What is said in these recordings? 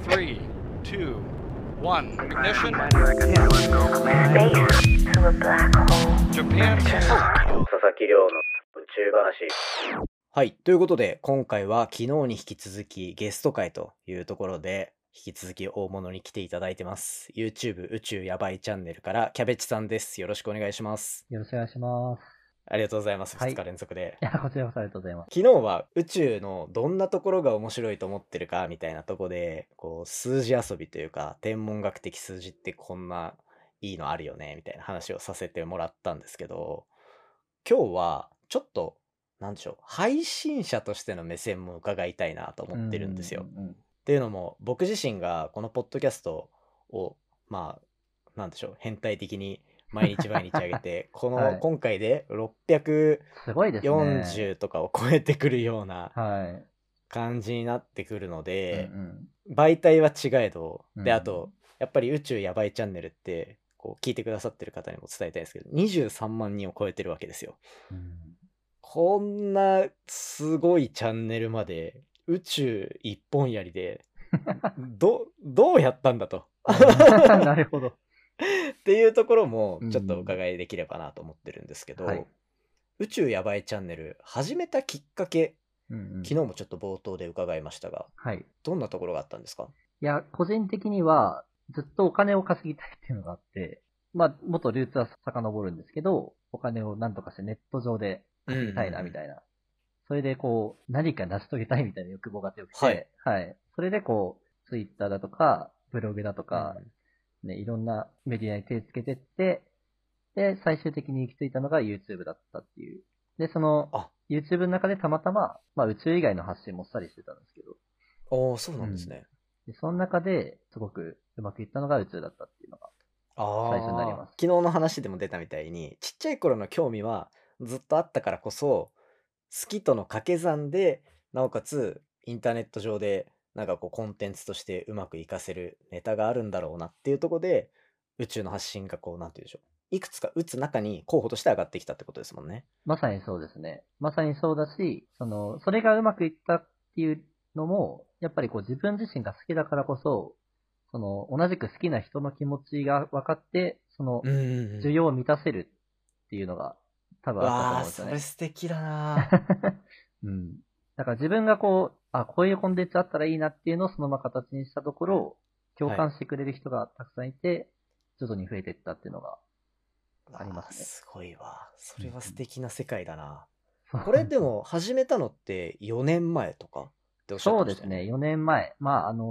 3, 2, 1, ignition. Japan. 佐々木亮の宇宙話。はい。ということで、今回は昨日に引き続きゲスト会というところで、引き続き大物に来ていただいてます。YouTube 宇宙やばいチャンネルからキャベチさんです。よろしくお願いします。 よろしくお願いします。 ありがとうございます。 はい 2日連続で。 いや、こちらこそありがとうございます。 昨日は宇宙のどんなところが面白いと思ってるかみたいなところで、こう数字遊びというか、天文学的数字ってこんないいのあるよねみたいな話をさせてもらったんですけど、今日はちょっと、なんでしょう、配信者としての目線も伺いたいなと思ってるんですよ。っていうのも、僕自身がこのポッドキャストを、まあ、なんでしょう、変態的に毎日毎日上げて、この、 はい今回ですごいですね。 640とかを超えてくるようなはい。 感じになってくるので、 うん媒体は違えど、で、 うんあと、やっぱり宇宙やばいチャンネルって、こう聞いてくださってる方にも伝えたいんですけど、23万人を超えてるわけですよ。 うんこんなすごいチャンネルまで宇宙一本やりでどうやったんだとなるほど。 っていうところもちょっとお伺いできればなと思ってるんですけど、 はい宇宙やばいチャンネル始めたきっかけ、 うん昨日もちょっと冒頭で伺いましたが、 はい。いどんなところがあったんですか？ や、個人的には、ずっとお金を稼ぎたいっていうのがあって、まあ、元ルーツは遡るんですけど、お金を何とかしてネット上で稼ぎたいな、みたいな。それでこう、何か成し遂げたいみたいな欲望が強くて、はい。それでこう、ツイッターだとか、ブログだとか、ね、いろんなメディアに手つけてって、で、最終的に行き着いたのが YouTube だったっていう。で、その、YouTube の中でたまたま、まあ宇宙以外の発信もしたりしてたんですけど。 ああ、そうなんですね。 でその中ですごくうまくいったのが宇宙だったっていうのが最初になります。 昨日の話でも出たみたいに、ちっちゃい頃の興味はずっとあったからこそ、好きとの掛け算で、なおかつインターネット上でなんかこうコンテンツとしてうまく活かせるネタがあるんだろうなっていうところで、宇宙の発信がこう、なんていうんでしょう。いくつか打つ中に候補として上がってきたってことですもんね。 まさにそうですね。まさにそうだし、それがうまくいったっていうのも、やっぱりこう自分自身が好きだからこそ、同じく好きな人の気持ちが分かって、需要を満たせるっていうのが多分あったと思うんですよね。 それ素敵だなうん。だから自分がこういうコンテンツあったらいいなっていうのをそのまま形にしたところ、共感してくれる人がたくさんいて、徐々に増えていったっていうのがありますね。 すごいわ。それは素敵な世界だな。これでも始めたのって4年前とかっておっしゃってましたよね。 そうですね、4年前。まあ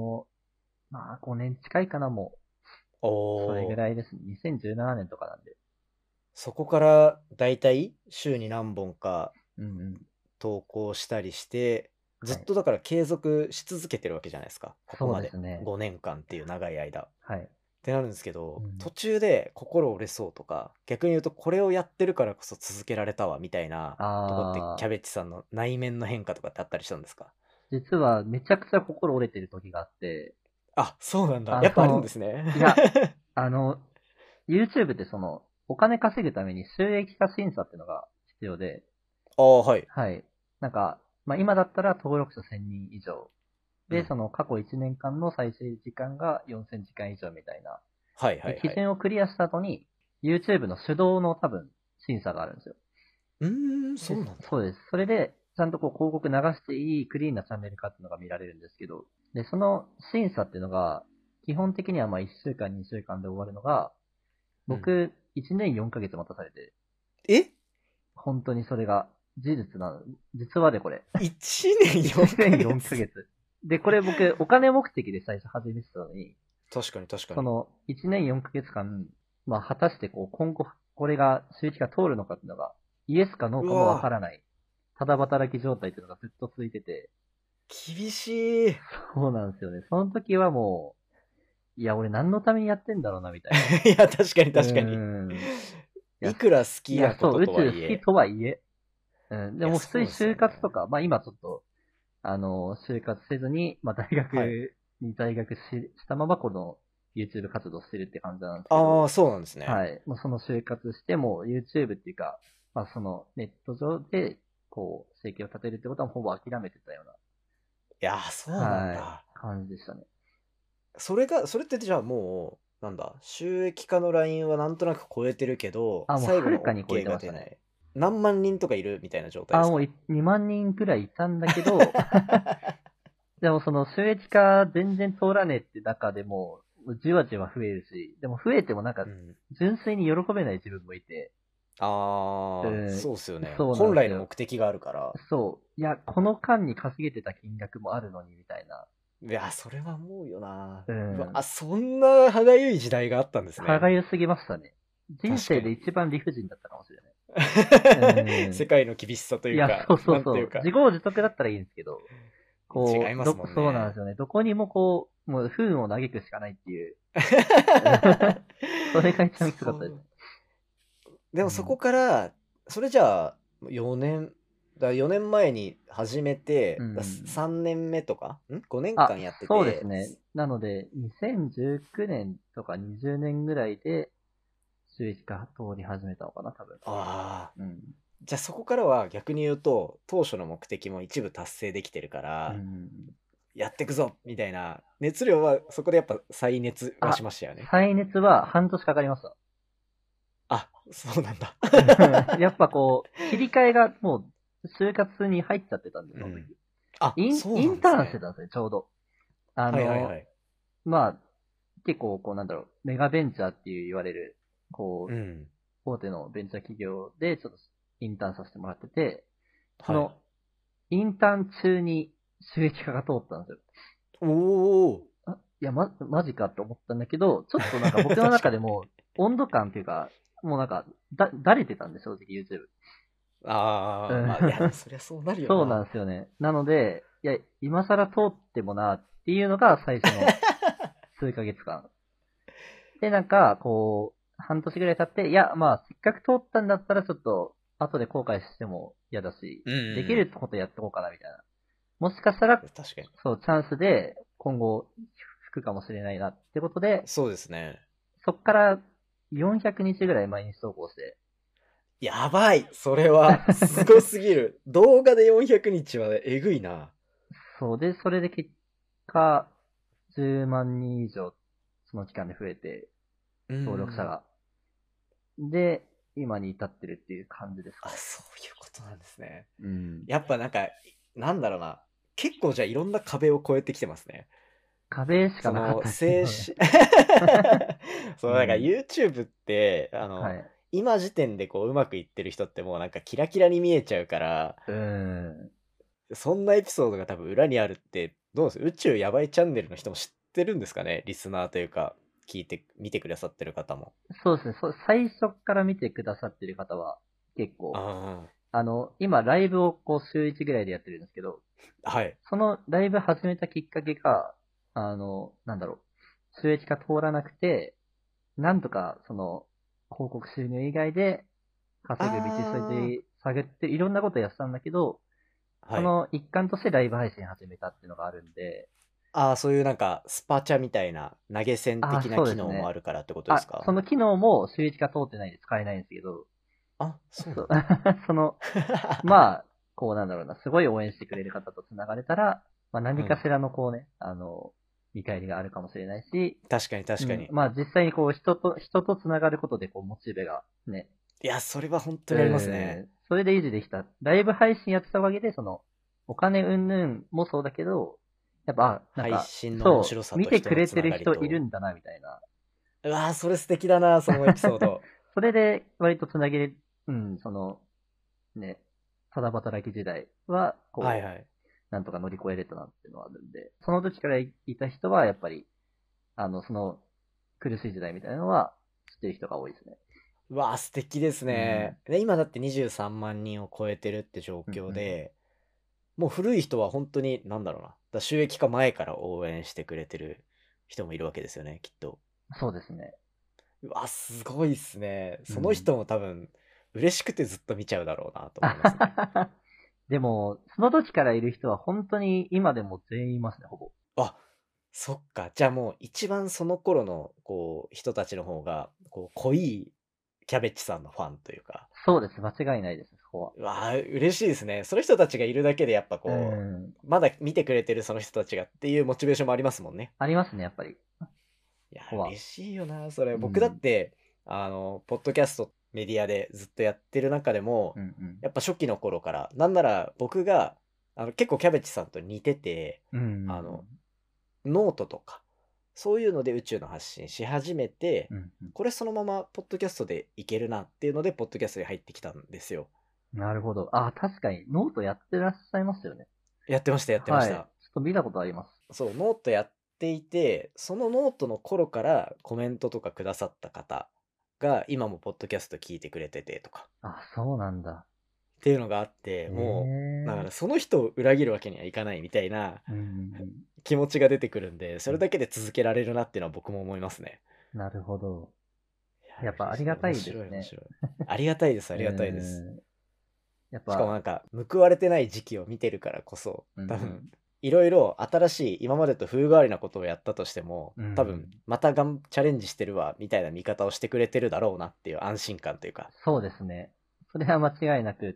5年近いかな、もう。それぐらいですね。2017年とかなんで。 そこからだいたい週に何本か投稿したりして、ずっとだから継続し続けてるわけじゃないですか。ここまで。 そうですね。 5年間っていう長い間。 はい。 ってなるんですけど、途中で心折れそうとか、逆に言うとこれをやってるからこそ続けられたわみたいなとこってキャベチさんの内面の変化とかってあったりしたんですか？ 実はめちゃくちゃ心折れてる時があって。 あ、そうなんだ。やっぱあるんですね。 いや、YouTube ってお金稼ぐために収益化審査っていうのが必要で。 はい。 はい。なんか、まあ今だったら登録者1000人以上。で、過去1年間の再生時間が4000時間以上みたいな。 はいはい、はい。 基準をクリアした後に、YouTube の手動の多分、審査があるんですよ。 そうなんだ。 そうです。それで、ちゃんとこう広告流していいクリーンなチャンネルかっていうのが見られるんですけど、で、その審査っていうのが、基本的にはまあ1週間、2週間で終わるのが、僕、1年4ヶ月待たされて。本当にそれが、実話でこれ。 1年4ヶ月で、これ僕、お金目的で最初始めてたのに、 確かに確かに。 その、1年4ヶ月間、まあ、果たしてこう、今後、これが、収益が通るのかっていうのが、イエスかノーかもわからない。ただ働き状態っていうのがずっと続いてて。 厳しい。 そうなんですよね。その時はもう、いや、俺何のためにやってんだろうな、みたいな。 いや、確かに確かに。いくら好きなこととはいえ。 そう、宇宙好きとはいえ。でも普通に就活とか、まあ今ちょっと、就活せずに、まあ大学に在学したままこの YouTube 活動してるって感じなんですけど。 そうなんですね。 はい。もうその就活しても YouTube っていうか、まあそのネット上で、こう、生計を立てるってことはほぼ諦めてたような。 いや、そうなんだ。 感じでしたね。 それってじゃあもう、なんだ、収益化のラインはなんとなく超えてるけど、 あ、もう最後のはるかに超え OK てましたね。 が出ない。何万人とかいるみたいな状態であ、 すか？ 2万人くらいいたんだけど、でもその収益化全然通らねえって中でも、じわじわ増えるし、でも増えてもなんかう、ん。 純粋に喜べない自分もいて、 ああ、そうっすよね。 そうなん本来のですよ。 目的があるから。 そう。いや、この間に稼げてた金額もあるのに、みたいな。 いや、それは思うよな。 ううわ、 ん。 そんな歯がゆい時代があったんですね。 歯がゆすぎましたね。人生で確かに。 一番理不尽だったかもしれない。う世ん。 界の厳しさといや、 いうか、 そうそうそう。 なんていうか、 自業自得だったらいいんですけど、 違いますもんね。 そうなんですよね。どこにもこう、もう不運を嘆くしかないっていう。それが一番きつかったです。 でもそこから、それじゃあ、4年前に始めて、 うん 3年目とか、5年あ間やってて、 そうですね。なので、2019年とか20年ぐらいで、収益化通り始めたのかな、多分。 ああ、 うん。 じゃあそこからは逆に言うと、当初の目的も一部達成できてるから、 うん、 やってくぞみたいな、熱量はそこでやっぱ再熱はしましたよね。 再熱は半年かかりました。 あ、そうなんだ。 やっぱこう、切り替えがもう、就活に入っちゃってたんで、その時。 あ、 インそうなんですね。 インターンしてたんですよ、ちょうど。 はいはいはい。 まあ、結構、こうなんだろう、メガベンチャーっていう言われる、こう、 うん。 大手のベンチャー企業で、ちょっとインターンさせてもらってて、そはい。 の、インターン中に収益化が通ったんですよ。 おお。 いや、マジかって思ったんだけど、ちょっとなんか僕の中でも、温度感っていうか、もうなんか、だれてたんで、正直 YouTube。 ああ、 うんまあ、いや、そりゃそうなるよな。 そうなんですよね。なので、いや、今更通ってもなっていうのが最初の数ヶ月間。で、なんか、こう、半年ぐらい経って、いや、まあ、せっかく通ったんだったらちょっと、後で後悔しても嫌だし、 うんできることやっておこうかな、みたいな。もしかしたら、 確かに。 そう、チャンスで今後、吹くかもしれないなってことで、 そうですね。 そっから400日ぐらい毎日投稿して、 やばいそれは、すごすぎる。動画で400日はえぐいな。 そうで、それで結果、10万人以上、その期間で増えて、登録者が。で、今に至ってるっていう感じですかあ、 ね。 そういうことなんですね。 うん。 やっぱなんか、なんだろうな。結構じゃあいろんな壁を越えてきてますね。 壁しかその、 なかったです静ね。 止。そう、なんかうん YouTube って、 はい。 今時点でこう、うまくいってる人ってもうなんかキラキラに見えちゃうから、そんなエピソードが多分裏にあるって、どうです宇宙やばいチャンネルの人も知ってるんですかねリスナーというか、見てくださってる方も。 そうですね。最初から見てくださってる方は結構、 あ今ライブをこう週1ぐらいでやってるんですけど、 あ、はい。 そのライブ始めたきっかけが、なんだろう、収益化通らなくて、なんとかその広告収入以外で稼ぐ道筋探っていろんなことやってたんだけど、 はい。 その一環としてライブ配信始めたっていうのがあるんで、 ああ、そういうなんか、スパチャみたいな投げ銭的な機能もあるからってことですか？ その機能も収益化通ってないんで使えないんですけど、 あ、そうそなんだ。 その、まあ、こうなんだろうな、すごい応援してくれる方と繋がれたら、まあ何かしらのこうね、見返りがあるかもしれないし、 確かに確かに。 まあ実際にこう人と繋がることでこうモチベがね、 いや、それは本当にありますね。 それで維持できた。ライブ配信やってたおかげで、その、お金云々もそうだけど、やっぱ、なんか、 配信の面白さと見てくれてる人人のつながりといるんだな、みたいな。 うわー、それ素敵だな、そのエピソード。 それで、割とつなげれ、その、ね、ただ働き時代は、こう、 はいはい。 なんとか乗り越えれたなっていうのはあるんで、その時からいた人は、やっぱり、その、苦しい時代みたいなのは、知ってる人が多いですね。 うわー、素敵ですね。で今だって23万人を超えてるって状況で、もう古い人は本当に、なんだろうな。収益化前から応援してくれてる人もいるわけですよね、きっと。 そうですね。 うわ、すごいっすね。その人も多分、嬉しくてずっと見ちゃうだろうなと思いますね。 でも、その時からいる人は本当に今でも全員いますね、ほぼ。 あ、そっか。じゃあもう一番その頃の、こう、人たちの方が、こう、濃いキャベチさんのファンというか。 そうです。間違いないです、そこは。 うわあ、嬉しいですね。その人たちがいるだけでやっぱこう、まだ見てくれてるその人たちがっていうモチベーションもありますもんね。 ありますね、やっぱり。 いや、 ここは嬉しいよな、それ。 うん僕だって、ポッドキャストメディアでずっとやってる中でも、やっぱ初期の頃から、なんなら僕が、結構キャベチさんと似てて、 うん。 ノートとか、そういうので宇宙の発信し始めて、 うんこれそのままポッドキャストでいけるなっていうので、ポッドキャストに入ってきたんですよ。 なるほど。あ、確かに、ノートやってらっしゃいますよね。 やってました、やってました。 はい。ちょっと見たことあります。 そう、ノートやっていて、そのノートの頃からコメントとかくださった方が、今もポッドキャスト聞いてくれててとか、 あ、そうなんだ。 っていうのがあって、もう、だからその人を裏切るわけにはいかないみたいな気持ちが出てくるんで、それだけで続けられるなっていうのは僕も思いますね。 なるほど。やっぱありがたいですね。 面白い。ありがたいです、ありがたいです。 やっぱしかもなんか、報われてない時期を見てるからこそ、多分、いろいろ新しい、今までと風変わりなことをやったとしても、多分、またチャレンジしてるわ、みたいな見方をしてくれてるだろうなっていう安心感というか。 そうですね。それは間違いなくって、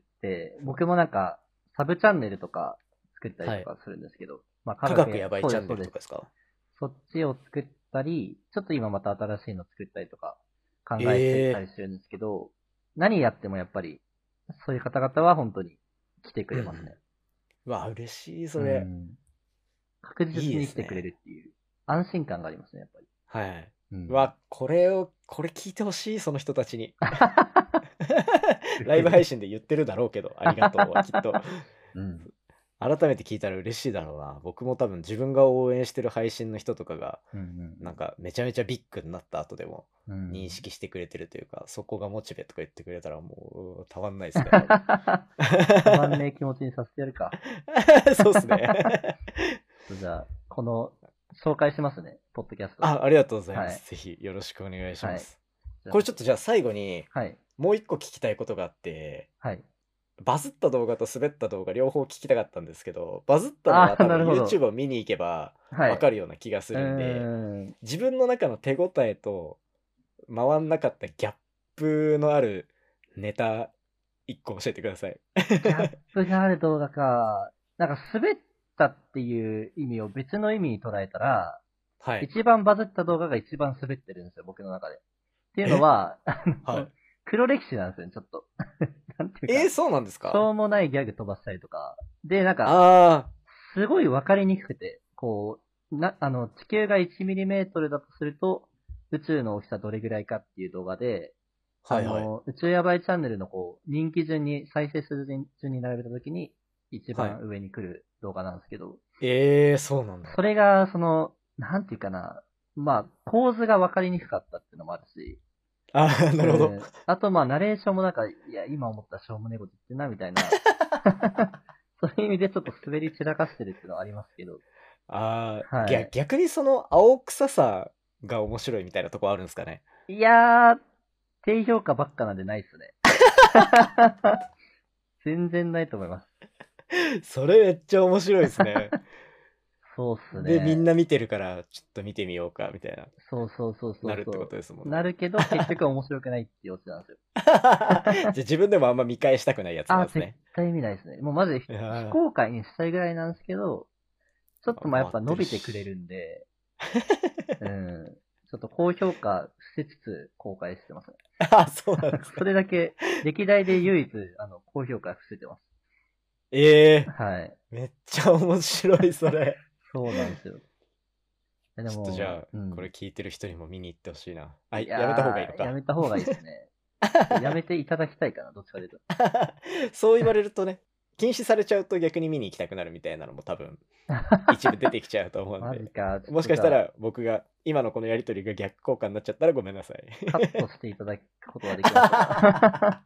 僕もなんか、サブチャンネルとか作ったりとかするんですけど、まあ、 科学やばいチャンネルとかですか？ そっちを作ったり、ちょっと今また新しいの作ったりとか考えてたりするんですけど、何やってもやっぱり、そういう方々は本当に来てくれますね。 うわ、嬉しい、それ。 確実に来てくれるっていう安心感がありますね、やっぱり。 はい。うわ、これ聞いてほしい、その人たちに。ライブ配信で言ってるだろうけど、ありがとうはきっと。改めて聞いたら嬉しいだろうな。僕も多分自分が応援してる配信の人とかが、なんかめちゃめちゃビッグになった後でも認識してくれてるというか、そこがモチベとか言ってくれたらもうたまんないですね。 たまんねえ気持ちにさせてやるか。 そうっすね。 じゃあ、この、紹介しますね、ポッドキャスト。 ありがとうございます。ぜひよろしくお願いします。これちょっとじゃあ最後に、もう一個聞きたいことがあって、バズった動画と滑った動画両方聞きたかったんですけど、バズったのは多分 YouTube を見に行けば分かるような気がするんで、自分の中の手応えと回んなかったギャップのあるネタ1個教えてください。 ギャップがある動画か。なんか滑ったっていう意味を別の意味に捉えたら、一番バズった動画が一番滑ってるんですよ、僕の中で。っていうのは、黒歴史なんですよね、ちょっと。なんていうか。 そうなんですか？ しょうもないギャグ飛ばしたりとか。で、なんか、すごいわかりにくくて、こう、地球が 1mm だとすると、宇宙の大きさどれぐらいかっていう動画で、宇宙やばいチャンネルのこう、人気順に、再生する順に並べたときに、一番上に来る動画なんですけど。 そうなんだ。 それが、なんていうかな、まあ、構図がわかりにくかったっていうのもあるし、 なるほど。 あと、まあ、ナレーションもなんか、いや、今思ったらしょうもねえこと言ってんな、みたいな。そういう意味でちょっと滑り散らかしてるっていうのはありますけど。 逆にその青臭さが面白いみたいなとこあるんですかね？ いやー、低評価ばっかなんでないっすね。全然ないと思います。 それめっちゃ面白いですね。 そうっすね。 で、みんな見てるから、ちょっと見てみようか、みたいな。 そう。 なるってことですもんね。 なるけど、結局面白くないっていうオチなんですよ。 じゃあ自分でもあんま見返したくないやつなんですね。 絶対見ないですね。もうマジで非公開にしたいぐらいなんですけど、ちょっとまあやっぱ伸びてくれるんで、ちょっと高評価伏せつつ公開してますね。 そうなんですか。 それだけ、歴代で唯一、高評価伏せてます。はい。 めっちゃ面白い、それ。 そうなんですよ。 ちょっとじゃあ、これ聞いてる人にも見に行ってほしいな。 やめた方がいいのか。やめた方がいいですね。やめていただきたいかな、どっちかというと。 そう言われるとね、禁止されちゃうと逆に見に行きたくなるみたいなのも多分、一部出てきちゃうと思うんで。もしかしたら僕が、今のこのやりとりが逆効果になっちゃったらごめんなさい。 カットしていただくことができますか？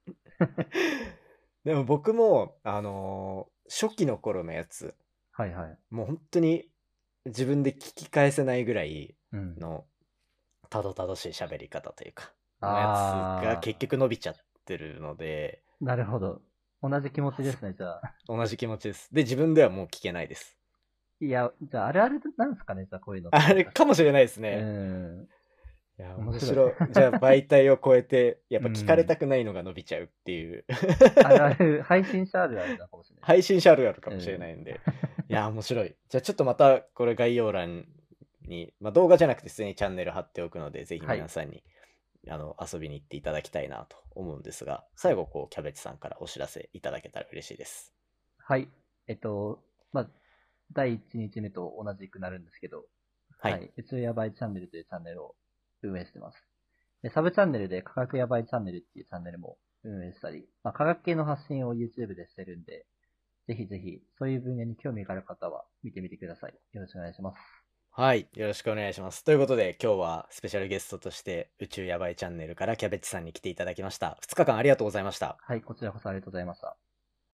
でも僕も、初期の頃のやつ、もう本当に自分で聞き返せないぐらいのたどたどしい喋り方というか、のやつが結局伸びちゃってるので。 なるほど。同じ気持ちですね、じゃあ。 同じ気持ちです。で、自分ではもう聞けないです。 いや、じゃああるあるなんですかね、じゃあこういうの。 あれかもしれないですね。 いや、 面白い。 面白い。じゃあ媒体を超えて、やっぱ聞かれたくないのが伸びちゃうっていう。 あるある、配信者あるあるなのかもしれない。 配信者あるあるかもしれないんで。いや、面白い。じゃあちょっとまたこれ概要欄に、まあ、動画じゃなくて普通にチャンネル貼っておくので、ぜひ皆さんに、遊びに行っていただきたいなと思うんですが、最後こうキャベツさんからお知らせいただけたら嬉しいです。 はい。まあ、第1日目と同じくなるんですけど、 はい。 はい。宇宙やばいチャンネルというチャンネルを運営してます。で、サブチャンネルで科学やばいチャンネルっていうチャンネルも運営したり、まあ、科学系の発信を YouTube でしてるんで、ぜひぜひ、そういう分野に興味がある方は見てみてください。よろしくお願いします。 はい。よろしくお願いします。ということで、今日はスペシャルゲストとして宇宙やばいチャンネルからキャベツさんに来ていただきました。2日間ありがとうございました。 はい、こちらこそありがとうございました。